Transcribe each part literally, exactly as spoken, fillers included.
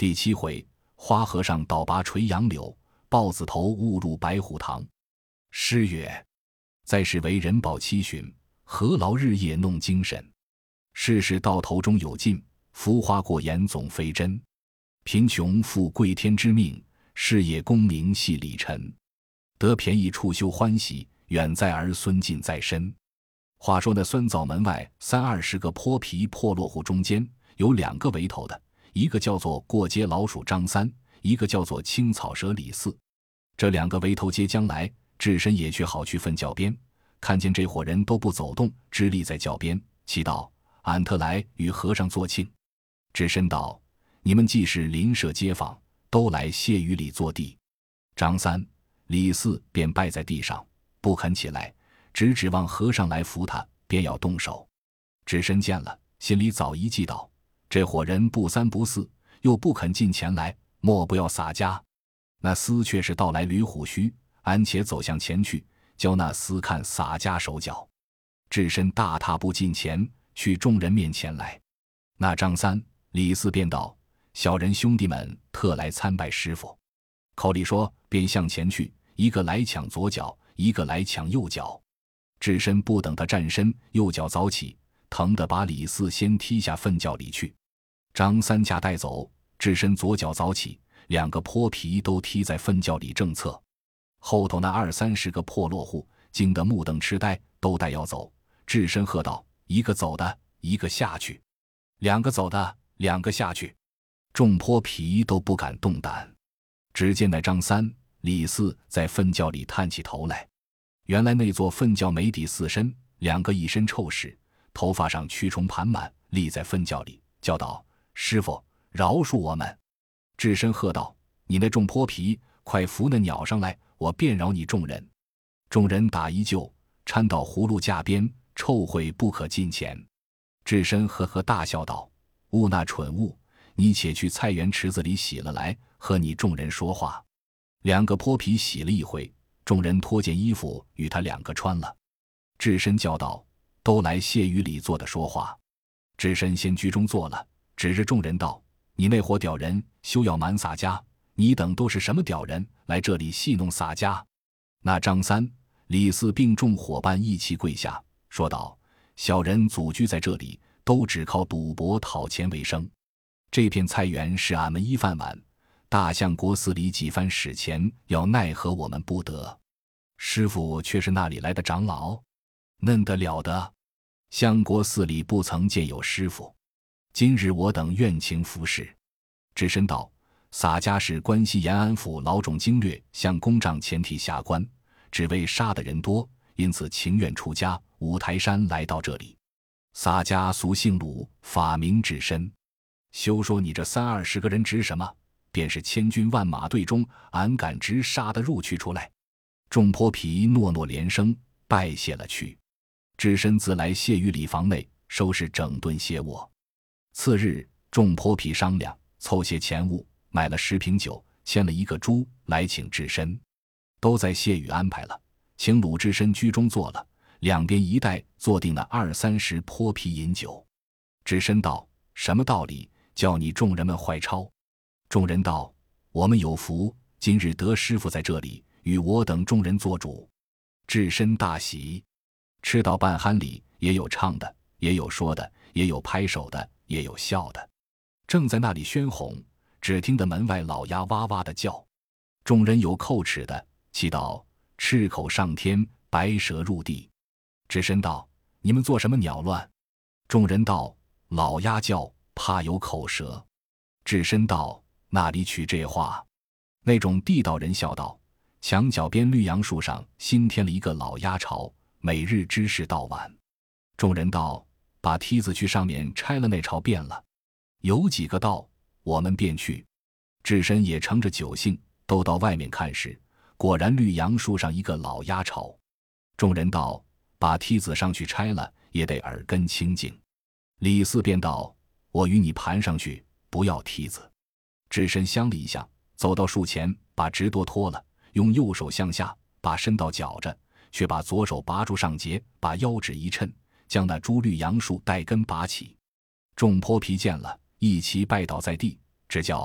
第七回，花和尚倒拔垂杨柳，豹子头误入白虎堂。诗曰：在世为人保七旬，何劳日夜弄精神。世事到头终有尽，浮华过眼总非真。贫穷负贵天之命，事业功名系里尘。得便宜处修欢喜，远在儿孙近在身。话说那酸枣门外三二十个泼皮破落户中间，有两个围头的，一个叫做过街老鼠张三，一个叫做青草蛇李四。这两个围头接将来，智深也却好去粪窖边，看见这伙人都不走动，直立在窖边，祈道：俺特来与和尚作庆。智深道：你们既是邻舍街坊，都来谢雨里坐地。张三、李四便拜在地上，不肯起来，只指望和尚来扶他，便要动手。智深见了，心里早已计道：这伙人不三不四，又不肯进前来，莫不要洒家。那厮却是倒来捋虎须，安且走向前去，教那厮看洒家手脚。智深大踏步进前，去众人面前来。那张三、李四便道：小人兄弟们特来参拜师傅。口里说，便向前去，一个来抢左脚，一个来抢右脚。智深不等他站身，右脚早起，疼得把李四先踢下粪窖里去。张三架带走，智深左脚早起，两个泼皮都踢在粪窖里正侧。后头那二三十个破落户惊得目瞪痴呆，都待要走。智深喝道：一个走的，一个下去；两个走的，两个下去。众泼皮都不敢动弹。只见那张三、李四在粪窖里探起头来，原来那座粪窖没底四深，两个一身臭屎，头发上蛆虫盘满，立在粪窖里，叫道：师傅，饶恕我们。智深喝道：你那众泼皮，快扶那鸟上来，我便饶你众人。众人打一救，搀到葫芦架边，臭秽不可近前。智深呵呵大笑道：物那蠢物，你且去菜园池子里洗了来，和你众人说话。两个泼皮洗了一回，众人脱件衣服与他两个穿了。智深叫道：都来谢雨里坐的说话。智深先居中坐了，指着众人道：你那伙屌人，休要瞒洒家！你等都是什么屌人，来这里戏弄洒家？那张三、李四并众伙伴一齐跪下，说道：小人祖居在这里，都只靠赌博讨钱为生。这片菜园是俺们一饭碗，大相国寺里几番使钱，要奈何我们不得。师傅却是那里来的长老？嫩得了的！相国寺里不曾见有师傅，今日我等愿情服侍。智深道：洒家是关西延安府老种经略向公帐前替下官，只为杀的人多，因此情愿出家五台山来到这里。洒家俗姓鲁，法名智深。休说你这三二十个人值什么，便是千军万马队中，俺敢直杀得入去出来。众泼皮诺诺连声，拜谢了去。智深自来谢于里房内收拾整顿歇卧。次日，众泼皮商量，凑些钱物，买了十瓶酒，牵了一个猪来请智深。都在谢雨安排了，请鲁智深居中坐了，两边一带坐定那二三十泼皮饮酒。智深道：什么道理，叫你众人们坏抄？众人道：我们有福，今日得师傅在这里，与我等众人做主。智深大喜。吃到半酣里，也有唱的，也有说的，也有拍手的，也有笑的。正在那里喧哄，只听得门外老鸭哇哇的叫。众人有叩齿的，祈祷赤口上天，白舌入地。智深道：你们做什么鸟乱？众人道：老鸭叫，怕有口舌。智深道：那里取这话？那种地道人笑道：墙角边绿杨树上新添了一个老鸭巢，每日知事到晚。众人道：把梯子去上面拆了那巢变了。有几个道：我们便去。智深也乘着酒兴，都到外面看时，果然绿杨树上一个老鸭巢。众人道：把梯子上去拆了，也得耳根清净。李四便道：我与你盘上去，不要梯子。智深相了一下，走到树前，把直舵脱了，用右手向下，把身道绞着，却把左手拔住上节，把腰指一抻，将那株绿杨树带根拔起。众泼皮见了，一齐拜倒在地，只叫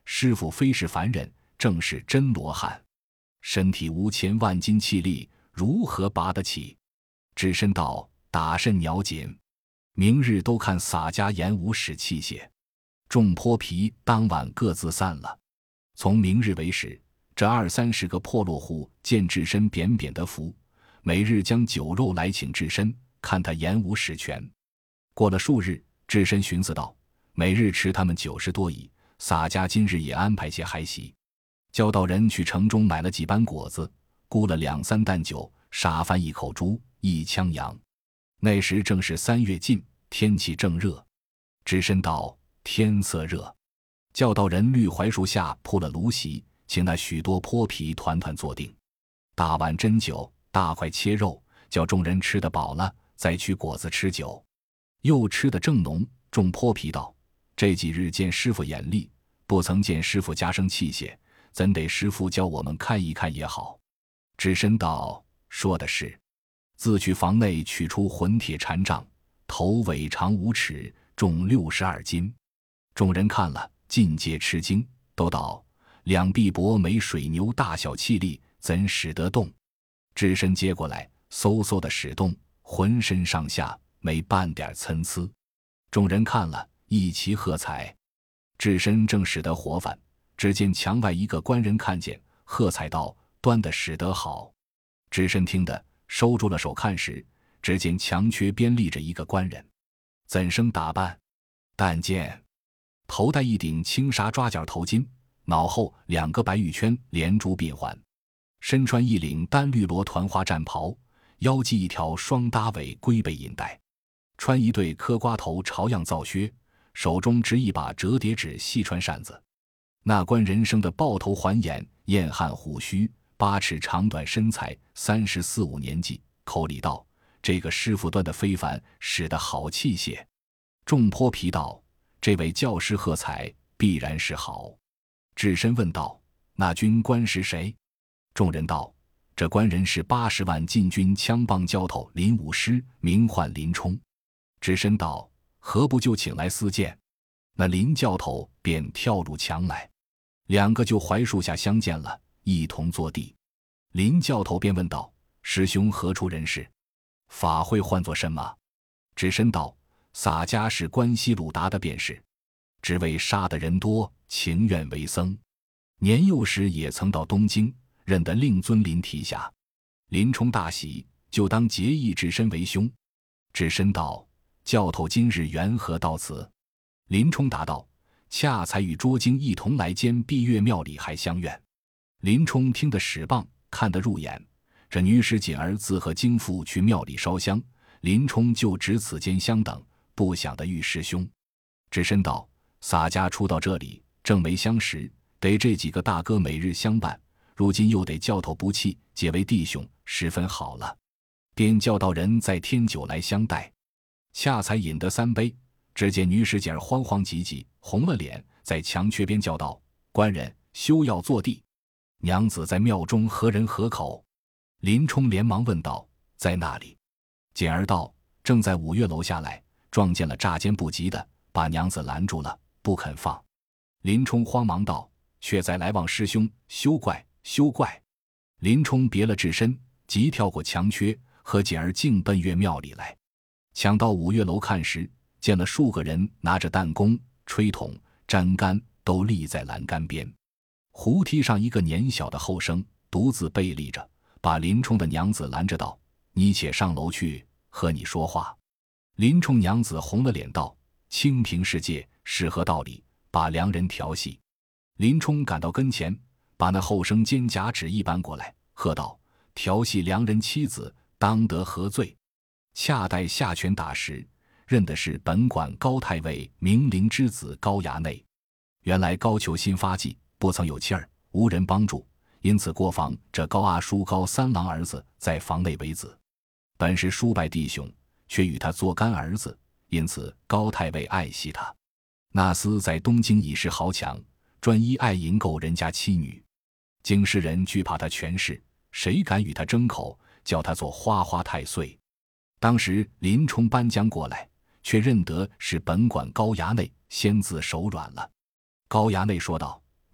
师傅非是凡人，正是真罗汉，身体无千万斤气力，如何拔得起？智深道：打甚鸟紧，明日都看洒家演武使器械。众泼皮当晚各自散了。从明日为始，这二三十个破落户见智深扁扁的福，每日将酒肉来请智深，看他演武使拳。过了数日，智深寻思道：每日吃他们九十多矣，洒家今日也安排些嗨席。教道人去城中买了几班果子，雇了两三担酒，杀翻一口猪，一枪羊。那时正是三月尽，天气正热。智深道：天色热，教道人绿槐树下铺了炉席，请那许多泼皮团团坐定，大碗斟酒，大块切肉，叫众人吃得饱了，再取果子吃酒。又吃得正浓，众泼皮道：这几日见师傅眼力，不曾见师傅加生器械，怎得师傅教我们看一看也好。智深道：说的是。自去房内取出混铁禅杖，头尾长五尺，重六十二斤。众人看了，尽皆吃惊，都道：两臂膊没水牛大小气力，怎使得动？智深接过来，嗖嗖的使动，浑身上下没半点参差。众人看了，一齐喝彩。智深正使得活泛，只见墙外一个官人看见，喝彩道：端的使得好。智深听得，收住了手看时，只见墙缺边立着一个官人，怎生打扮？但见头戴一顶青纱抓角头巾，脑后两个白玉圈连珠鬓环，身穿一领单绿罗团花战袍，腰系一条双搭尾龟背银带，穿一对嗑瓜头朝样皂靴，手中执一把折叠纸细穿扇子。那官人生的豹头环眼，燕汉虎须，八尺长短身材，三十四五年纪，口里道：这个师傅端的非凡，使得好器械。众泼皮道：这位教师喝彩，必然是好。智深问道：那军官是谁？众人道：这官人是八十万禁军枪棒教头林武师，名唤林冲。智深道：何不就请来私见？那林教头便跳入墙来，两个就槐树下相见了，一同坐地。林教头便问道：师兄何处人士？法会唤作什么？智深道：洒家是关西鲁达的便是，只为杀的人多，情愿为僧。年幼时也曾到东京，认得令尊林提辖。林冲大喜，就当结义智深为兄。智深道：教头今日缘何到此？林冲答道：恰才与捉精一同来间碧月庙里还相怨。林冲听得使棒，看得入眼。这女使锦儿自和京父去庙里烧香，林冲就只此间相等，不想得遇师兄。智深道：洒家初到这里，正没相识，得这几个大哥每日相伴，如今又得教头不弃，结为弟兄，十分好了。便叫道人再添酒来相待。恰才饮得三杯，只见女使锦儿慌慌急急，红了脸，在墙缺边叫道：官人休要坐地，娘子在庙中何人何口？林冲连忙问道：在那里？锦儿道：正在五岳楼下来，撞见了乍间不及的，把娘子拦住了，不肯放。林冲慌忙道：却在来望师兄，休怪休怪。林冲别了智深，急跳过墙缺，和锦儿径奔岳庙里来。抢到五岳楼看时，见了数个人拿着弹弓、吹筒、粘杆，都立在栏杆边。湖梯上一个年小的后生独自背立着，把林冲的娘子拦着道：你且上楼去，和你说话。林冲娘子红了脸道：清平世界是何道理，把良人调戏。林冲赶到跟前，把那后生肩胛指一扳过来，喝道：调戏良人妻子，当得何罪？恰待下拳打时，认的是本馆高太尉明灵之子高衙内。原来高俅新发迹，不曾有妻儿，无人帮助，因此过房这高阿叔高三郎儿子在房内为子。本是叔伯弟兄，却与他做干儿子，因此高太尉爱惜他。那厮在东京已是豪强，专一爱淫购人家妻女。京师人惧怕他权势，谁敢与他争口，叫他做花花太岁。当时林冲搬将过来，却认得是本馆高衙内，先自手软了。高衙内说道：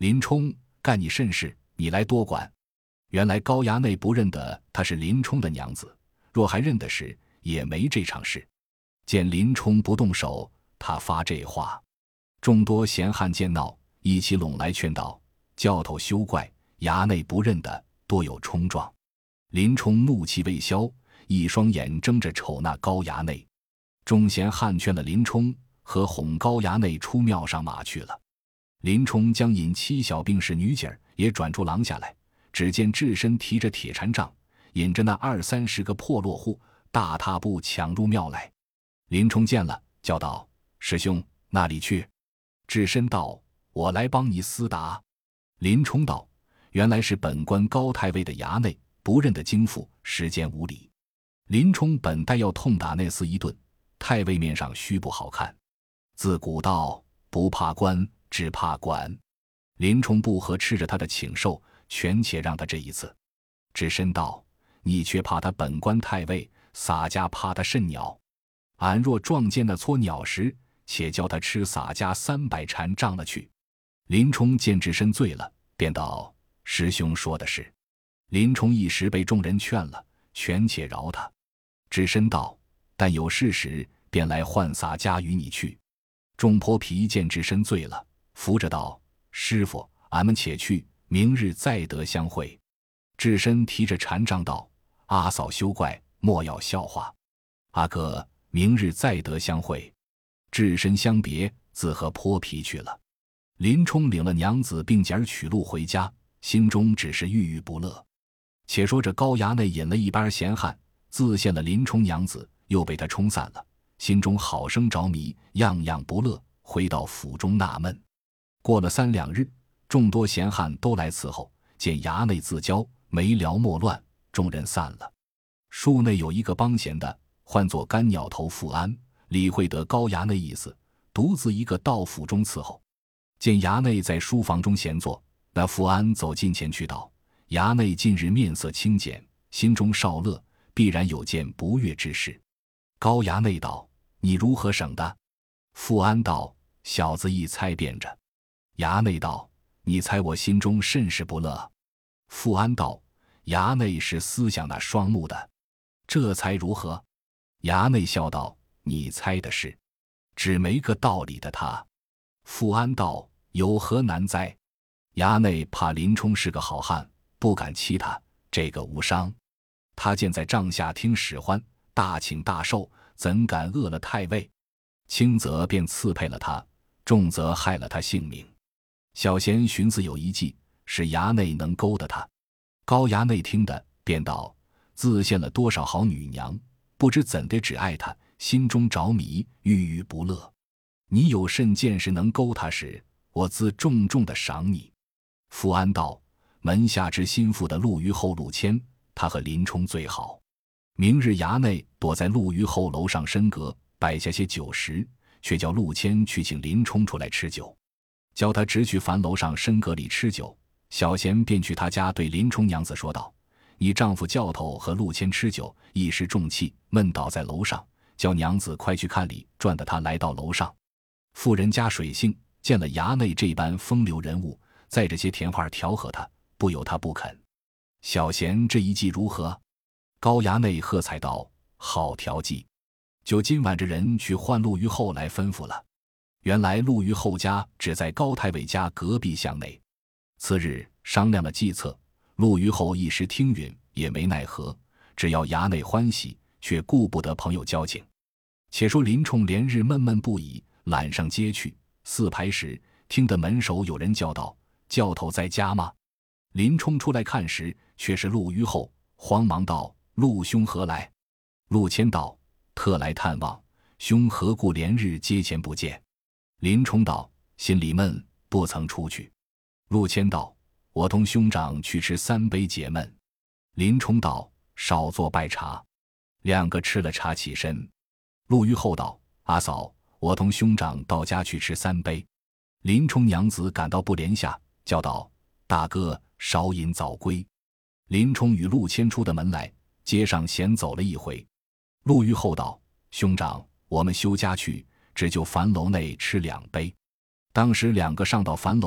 林冲，干你甚事？你来多管。原来高衙内不认得她是林冲的娘子，若还认得时，也没这场事。见林冲不动手，他发这话。众多闲汉见闹，一起拢来劝道：教头休怪，衙内不认得，多有冲撞。林冲怒气未消，一双眼睁着瞅那高衙内。众闲汉劝了林冲，和哄高衙内出庙上马去了。林冲将引妻小病侍女警也转出廊下来，只见智深提着铁禅杖，引着那二三十个破落户，大踏步抢入庙来。林冲见了，叫道：师兄，那里去？智深道：我来帮你厮打。林冲道：原来是本官高太尉的衙内，不认得京父，时间无礼。林冲本待要痛打那厮一顿，太尉面上须不好看。自古道不怕官，只怕管。林冲不和吃着他的请受，权且让他这一次。智深道：你却怕他本官太尉，洒家怕他甚鸟。俺若撞见那撮鸟时，且叫他吃洒家三百禅杖了去。林冲见智深醉了，便道：师兄说的是。林冲一时被众人劝了，权且饶他。智深道：但有事时，便来唤洒家与你去。众泼皮见智深醉了，扶着道：师傅，俺们且去，明日再得相会。智深提着禅杖道：阿嫂休怪，莫要笑话。阿哥，明日再得相会。智深相别，自和泼皮去了。林冲领了娘子并肩取路回家，心中只是郁郁不乐。且说这高衙内引了一班闲汉，自献了林冲娘子，又被他冲散了，心中好生着迷，样样不乐，回到府中纳闷。过了三两日，众多闲汉都来伺候，见衙内自交，没聊莫乱，众人散了。署内有一个帮闲的，唤作干鸟头富安，理会得高衙内意思，独自一个到府中伺候。见衙内在书房中闲坐，那富安走近前去道：衙内近日面色清简，心中少乐，必然有件不悦之事。高衙内道：你如何省的？富安道：小子一猜便着。衙内道：你猜我心中甚是不乐？富安道：衙内是思想那双目的，这才如何？衙内笑道：你猜的是，只没个道理的他。富安道：有何难哉？衙内怕林冲是个好汉，不敢欺他，这个无伤。他见在帐下听使唤，大请大受，怎敢恶了太尉？轻则便赐配了他，重则害了他性命。小贤寻思有一计，使衙内能勾得他。高衙内听得，便道：自献了多少好女娘，不知怎的只爱他，心中着迷，郁郁不乐。你有甚见识能勾他时，我自重重的赏你。富安道：门下之心腹的陆虞候陆谦，他和林冲最好。明日衙内躲在陆虞候楼上深阁，摆下些酒食，却叫陆谦去请林冲出来吃酒，叫他直去樊楼上深阁里吃酒。小贤便去他家对林冲娘子说道：你丈夫教头和陆谦吃酒，一时重气，闷倒在楼上，叫娘子快去看理，转得他来到楼上。妇人家水性，见了衙内这般风流人物，载着些甜话调和他，不由他不肯。小贤这一计如何？高衙内喝彩道：好调计，就今晚这人去唤陆虞候来吩咐了。原来陆虞候家只在高太尉家隔壁巷内。次日商量了计策，陆虞候一时听允，也没奈何，只要衙内欢喜，却顾不得朋友交情。且说林冲连日闷闷不已，揽上街去，四排时听得门首有人叫道：教头在家吗？林冲出来看时，却是陆虞候，慌忙道：陆兄何来？陆谦道：特来探望，兄何故连日街前不见？林冲道：心里闷，不曾出去。陆谦道：我同兄长去吃三杯解闷。林冲道：少做拜茶。两个吃了茶起身。陆虞候道：阿嫂，我同兄长到家去吃三杯。林冲娘子赶到布帘下，叫道：大哥少饮早归。林冲与陆谦出的门来，街上闲走了一回。陆虞候道：兄长，我们休家去，只就樊楼内吃两杯。当时两个上到樊楼内，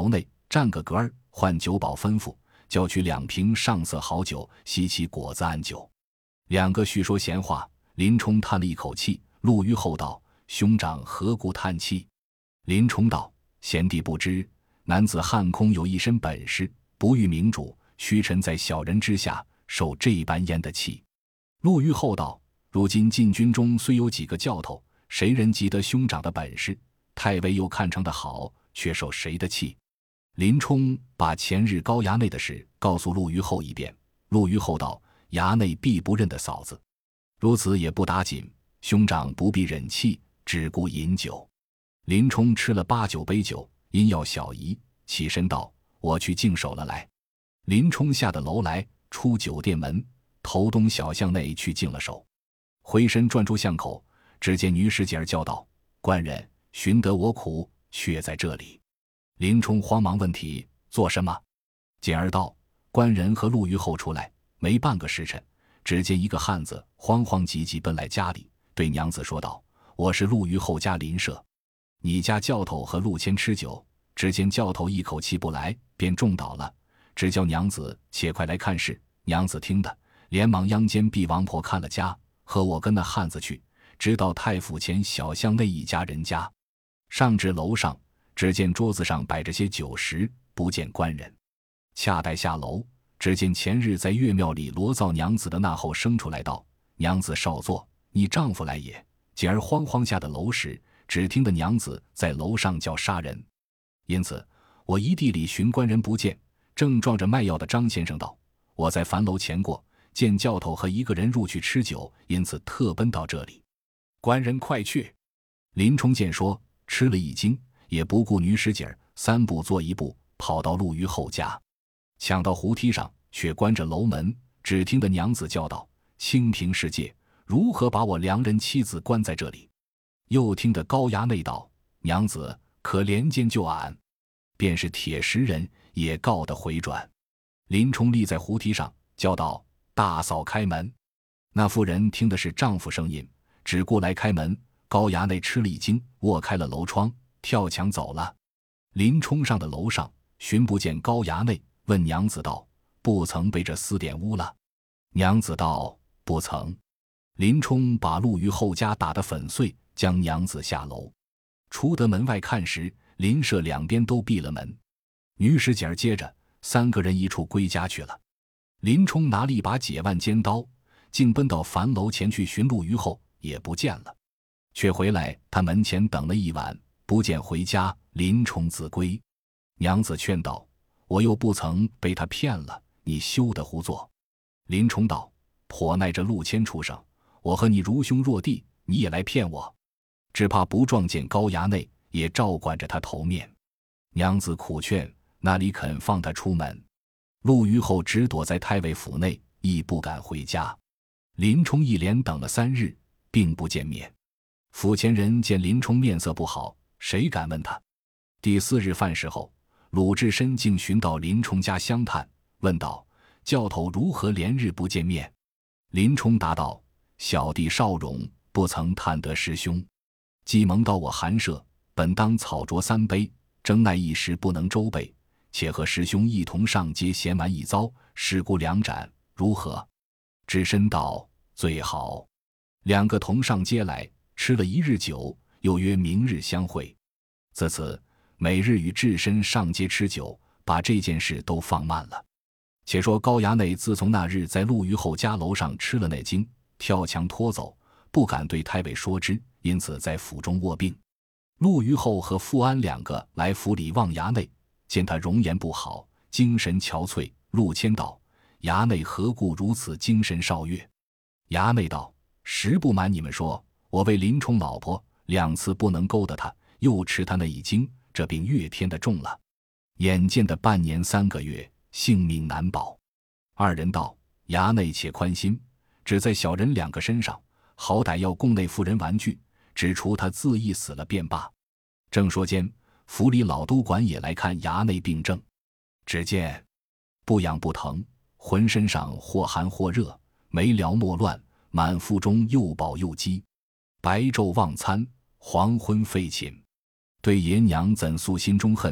占个格儿，换酒保吩咐，叫取两瓶上色好酒，吸其果子按酒。两个叙说闲话，林冲叹了一口气。陆虞候道：“兄长何故叹气？”林冲道：“贤弟不知，男子汉空有一身本事，不遇明主，须臣在小人之下，受这般焉的气。”陆虞候道：“如今禁军中虽有几个教头，谁人及得兄长的本事？太尉又看成的好，却受谁的气？”林冲把前日高衙内的事告诉陆虞候一遍。陆虞候道：“衙内必不认得嫂子，如此也不打紧，兄长不必忍气，只顾饮酒。”林冲吃了八九杯酒，因要小姨，起身道：“我去净手了来。”林冲下的楼来，出酒店门，头东小巷内去净了手，回身转出巷口，只见女使姐儿叫道：“官人，寻得我苦，却在这里。”林冲慌忙问题：“做什么？”简儿道：“官人和陆虞候出来，没半个时辰，只见一个汉子慌慌急急奔来家里，对娘子说道：‘我是陆虞候家邻舍，你家教头和陆谦吃酒，只见教头一口气不来，便中倒了，只叫娘子且快来看事。’娘子听的，连忙央监毕王婆看了家，和我跟那汉子去，直到太府前小巷内一家人家，上至楼上，只见桌子上摆着些酒食，不见官人。恰待下楼，只见前日在岳庙里罗造娘子的那后生出来道：‘娘子少坐，你丈夫来也。’简儿慌慌下的楼时，只听得娘子在楼上叫杀人。因此我一地里寻官人不见，正撞着卖药的张先生道：‘我在樊楼前过，见教头和一个人入去吃酒，因此特奔到这里。官人快去。’林冲见说，吃了一惊，也不顾女使姐儿，三步做一步，跑到陆虞候家，抢到胡梯上，却关着楼门。只听得娘子叫道：‘清平世界，如何把我良人妻子关在这里？’又听得高衙内道：‘娘子可连间救俺。’便是铁石人也告得回转。林冲立在胡梯上，叫道：‘大嫂开门！’那妇人听的是丈夫声音，只顾来开门。高衙内吃了一惊，握开了楼窗，跳墙走了。林冲上的楼上，寻不见高衙内，问娘子道：‘不曾被这厮点污了？’娘子道：‘不曾。’林冲把陆虞候家打得粉碎，将娘子下楼。出得门外看时，邻舍两边都闭了门。女使姐儿接着，三个人一处归家去了。林冲拿了一把解腕尖刀，竟奔到樊楼前去寻陆虞候，也不见了。却回来他门前等了一晚，不见回家，林冲自归。娘子劝道：‘我又不曾被他骗了，你休得胡作。’林冲道：‘颇耐这陆谦畜生，我和你如兄若弟，你也来骗我，只怕不撞见高衙内，也照管着他头面。’娘子苦劝，哪里肯放他出门。陆虞候只躲在太尉府内，亦不敢回家。林冲一连等了三日，并不见面。府前人见林冲面色不好，谁敢问他？第四日饭时后，鲁智深竟寻到林冲家相探，问道：‘教头如何连日不见面？’林冲答道：‘小弟少荣，不曾探得师兄。既蒙到我寒舍，本当草酌三杯，争奈一时不能周备，且和师兄一同上街闲玩一遭，事故两盏，如何？’智深道：‘最好。’两个同上街来，吃了一日酒，又约明日相会。自此每日与智深上街吃酒，把这件事都放慢了。且说高衙内自从那日在陆虞候家楼上吃了那惊，跳墙脱走，不敢对太尉说之，因此在府中卧病。陆虞候和富安两个来府里望衙内，见他容颜不好，精神憔悴。陆谦道：‘衙内何故如此精神少月？’衙内道：‘实不瞒你们说，我为林冲老婆，两次不能勾搭他，又吃他那一惊，这病越添的重了，眼见的半年三个月，性命难保。’二人道：‘衙内且宽心，只在小人两个身上，好歹要供那妇人玩具，只除他自缢死了便罢。’正说间，府里老督管也来看衙内病症，只见不痒不疼，浑身上或寒或热，没了莫乱，满腹中又饱又饥，白昼忘餐，黄昏废寝。对爷娘怎诉心中恨，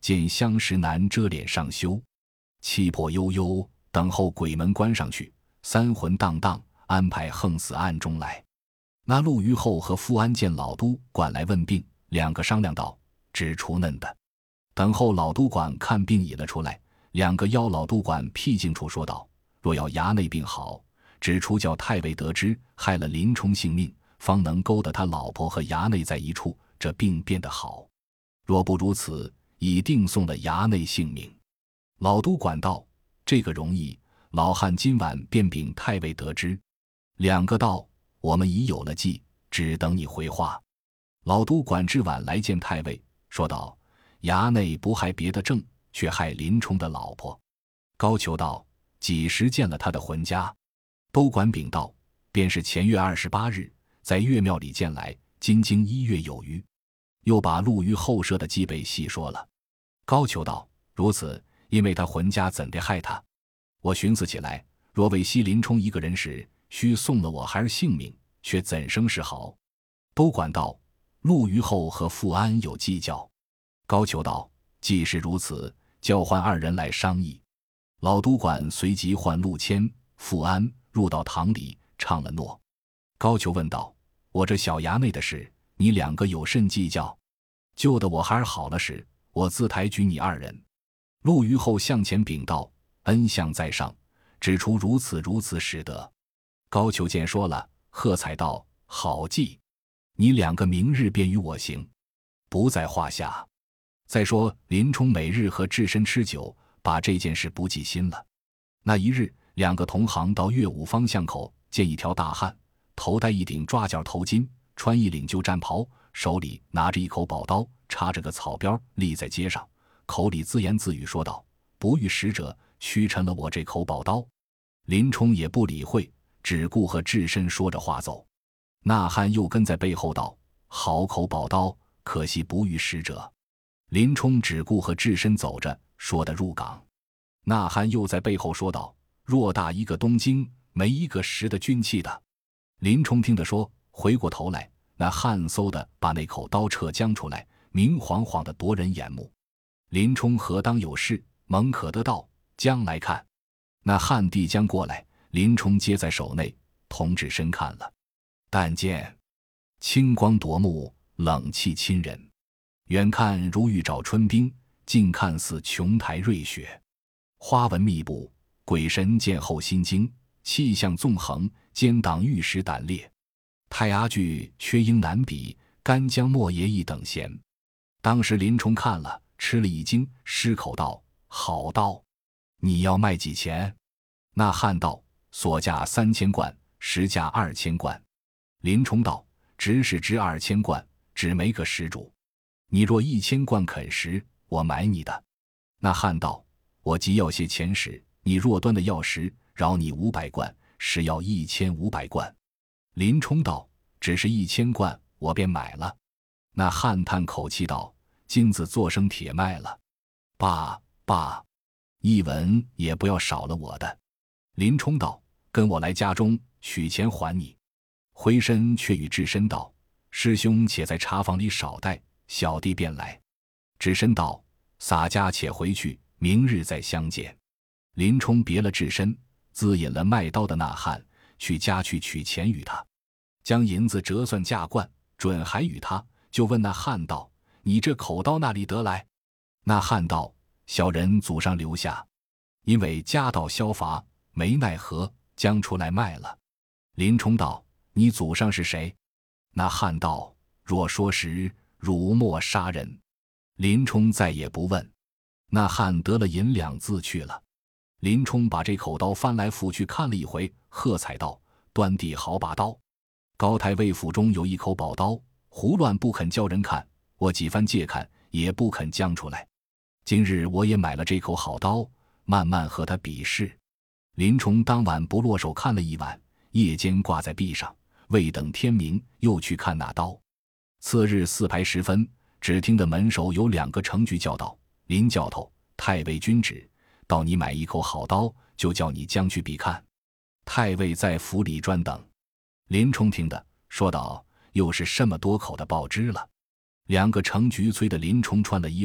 见相识难遮脸上羞，气魄悠悠，等候鬼门关上去，三魂荡荡，安排横死暗中来。那陆虞候和富安见老督管来问病，两个商量道：只除嫩的。等候老督管看病已了出来，两个邀老督管僻静处说道：若要衙内病好，只除叫太尉得知，害了林冲性命，方能勾得他老婆和衙内在一处，这病变得好。若不如此，已定送了衙内性命。老督管道：这个容易，老汉今晚便禀太尉得知。两个道：我们已有了计，只等你回话。老督管至晚来见太尉，说道：衙内不害别的症，却害林冲的老婆。高俅道：几时见了他的魂家？都管禀道：便是前月二十八日，在岳庙里见来，今经一月有余。又把陆虞后设的计备细说了。高俅道：如此，因为他魂家怎地害他？我寻思起来，若为惜林冲一个人时，须送了我孩儿性命，却怎生是好？都管道：陆虞候和富安有计较。高俅道：既是如此，叫唤二人来商议。老督管随即唤陆谦、富安入到堂里，唱了诺。高俅问道：我这小衙内的事，你两个有甚计较？救得我孩儿好了时，我自抬举你二人。陆虞候向前禀道：恩相在上，只除如此如此使得。高俅见说了，喝彩道：好计，你两个明日便与我行，不在话下。再说林冲每日和智深吃酒，把这件事不记心了。那一日，两个同行到岳武方向口，见一条大汉，头戴一顶抓角头巾，穿一领旧战袍，手里拿着一口宝刀，插着个草标，立在街上，口里自言自语说道：不遇使者，屈臣了我这口宝刀。林冲也不理会，只顾和智深说着话走。那汉又跟在背后道：好口宝刀，可惜不遇使者。林冲只顾和智深走着，说得入港。那汉又在背后说道：偌大一个东京，没一个识得军器的。林冲听得说，回过头来，那汉嗖的把那口刀撤将出来，明晃晃的夺人眼目。林冲何当有事，猛可得道：将来看。那汉递将过来，林冲接在手内，同智深看了。但见清光夺目，冷气侵人，远看如玉爪春冰，近看似琼台瑞雪。花纹密布，鬼神见后心惊，气象纵横，奸党玉石胆裂。太阿剧缺英难比，干将莫邪一等闲。当时林冲看了，吃了一惊，失口道：好刀，你要卖几钱？那汉道：所价三千贯，实价二千贯。林冲道：只是值二千贯，只没个实主。你若一千贯肯实，我买你的。那汉道：我即要些钱时，你若端的要实，饶你五百贯，实要一千五百贯。林冲道：只是一千贯，我便买了。那汉叹口气道：金子做生铁卖了。罢罢，一文也不要少了我的。林冲道：跟我来家中，取钱还你。回身却与智深道：师兄且在茶房里少待，小弟便来。智深道：洒家且回去，明日再相见。林冲别了智深，自引了卖刀的那汉去家去取钱与他，将银子折算价贯，准还与他，就问那汉道：你这口刀那里得来？那汉道：小人祖上留下，因为家道消乏，没奈何，将出来卖了。林冲道：你祖上是谁？那汉道：若说实，汝莫杀人。林冲再也不问。那汉得了银两自去了。林冲把这口刀翻来覆去看了一回，喝彩道：端地好把刀！高太尉府中有一口宝刀，胡乱不肯叫人看，我几番借看，也不肯将出来。今日我也买了这口好刀，慢慢和他比试。林冲当晚不落手看了一晚，夜间挂在壁上，未等天明，又去看那刀。次日四排时分，只听得门首有两个程举叫道：林教头，太尉君旨，到你买一口好刀，就叫你将去比看。太尉在府里专等。林冲听得，说道：又是这么多口的报知了。两个程举催的林冲穿了衣服，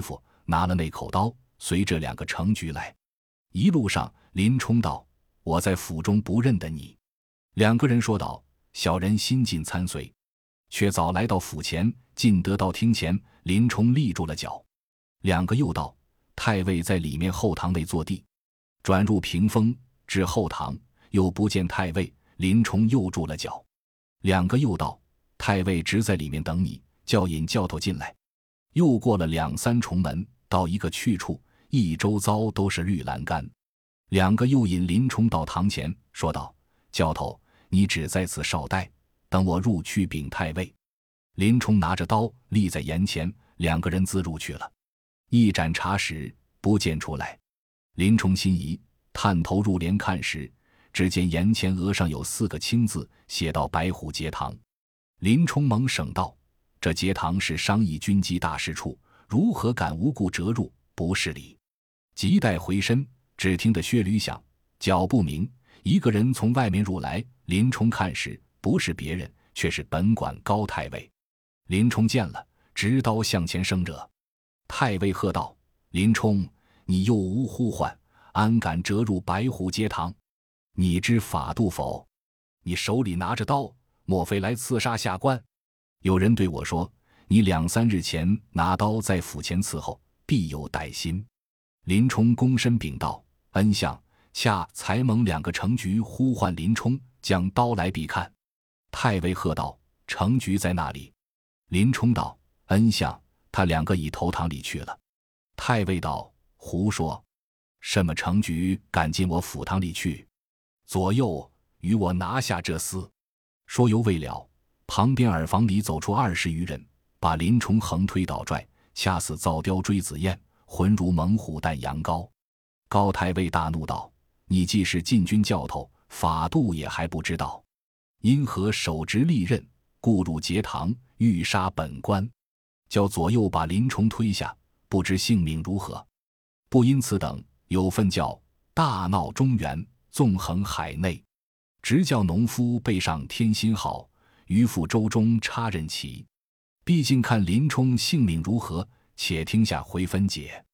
拿了那口刀，随着两个程局来。一路上，林冲道：“我在府中不认得你。”两个人说道：“小人新进参随。”却早来到府前，进得到厅前，林冲立住了脚。两个又道：“太尉在里面后堂内坐地。”转入屏风，至后堂，又不见太尉，林冲又住了脚。两个又道：“太尉直在里面等你，叫引教头进来。”又过了两三重门，到一个去处，一周遭都是绿栏杆。两个又引林冲到堂前，说道：“教头，你只在此稍待，等我入去禀太尉。”林冲拿着刀立在檐前，两个人自入去了。一盏茶时，不见出来。林冲心疑，探头入帘看时，只见檐前额上有四个青字，写到白虎节堂。林冲猛省道：“这节堂是商议军机大事处，如何敢无故折入，不是理。”急待回身，只听得靴履响，脚步鸣，一个人从外面入来。林冲看时，不是别人，却是本管高太尉。林冲见了，执刀向前生惹。太尉喝道：“林冲，你又无呼唤，安敢折入白虎节堂？你知法度否？你手里拿着刀，莫非来刺杀下官？有人对我说，你两三日前拿刀在府前伺候，必有歹心。”林冲躬身禀道：“恩相，恰才蒙两个程局呼唤林冲，将刀来必看。”太尉喝道：“程局在那里？”林冲道：“恩相，他两个已投堂里去了。”太尉道：“胡说！什么程局敢进我府堂里去？左右与我拿下这厮！”说犹未了，旁边耳房里走出二十余人，把林冲横推倒拽，掐死造雕追子燕，浑如猛虎啖羊羔。高太尉大怒道：“你既是禁军教头，法度也还不知道，因何手执利刃，故入节堂，欲杀本官？”叫左右把林冲推下，不知性命如何。不因此等，有份叫大闹中原，纵横海内，直叫农夫背上添新号，渔夫舟中插刃旗。毕竟看林冲性命如何，且听下回分解。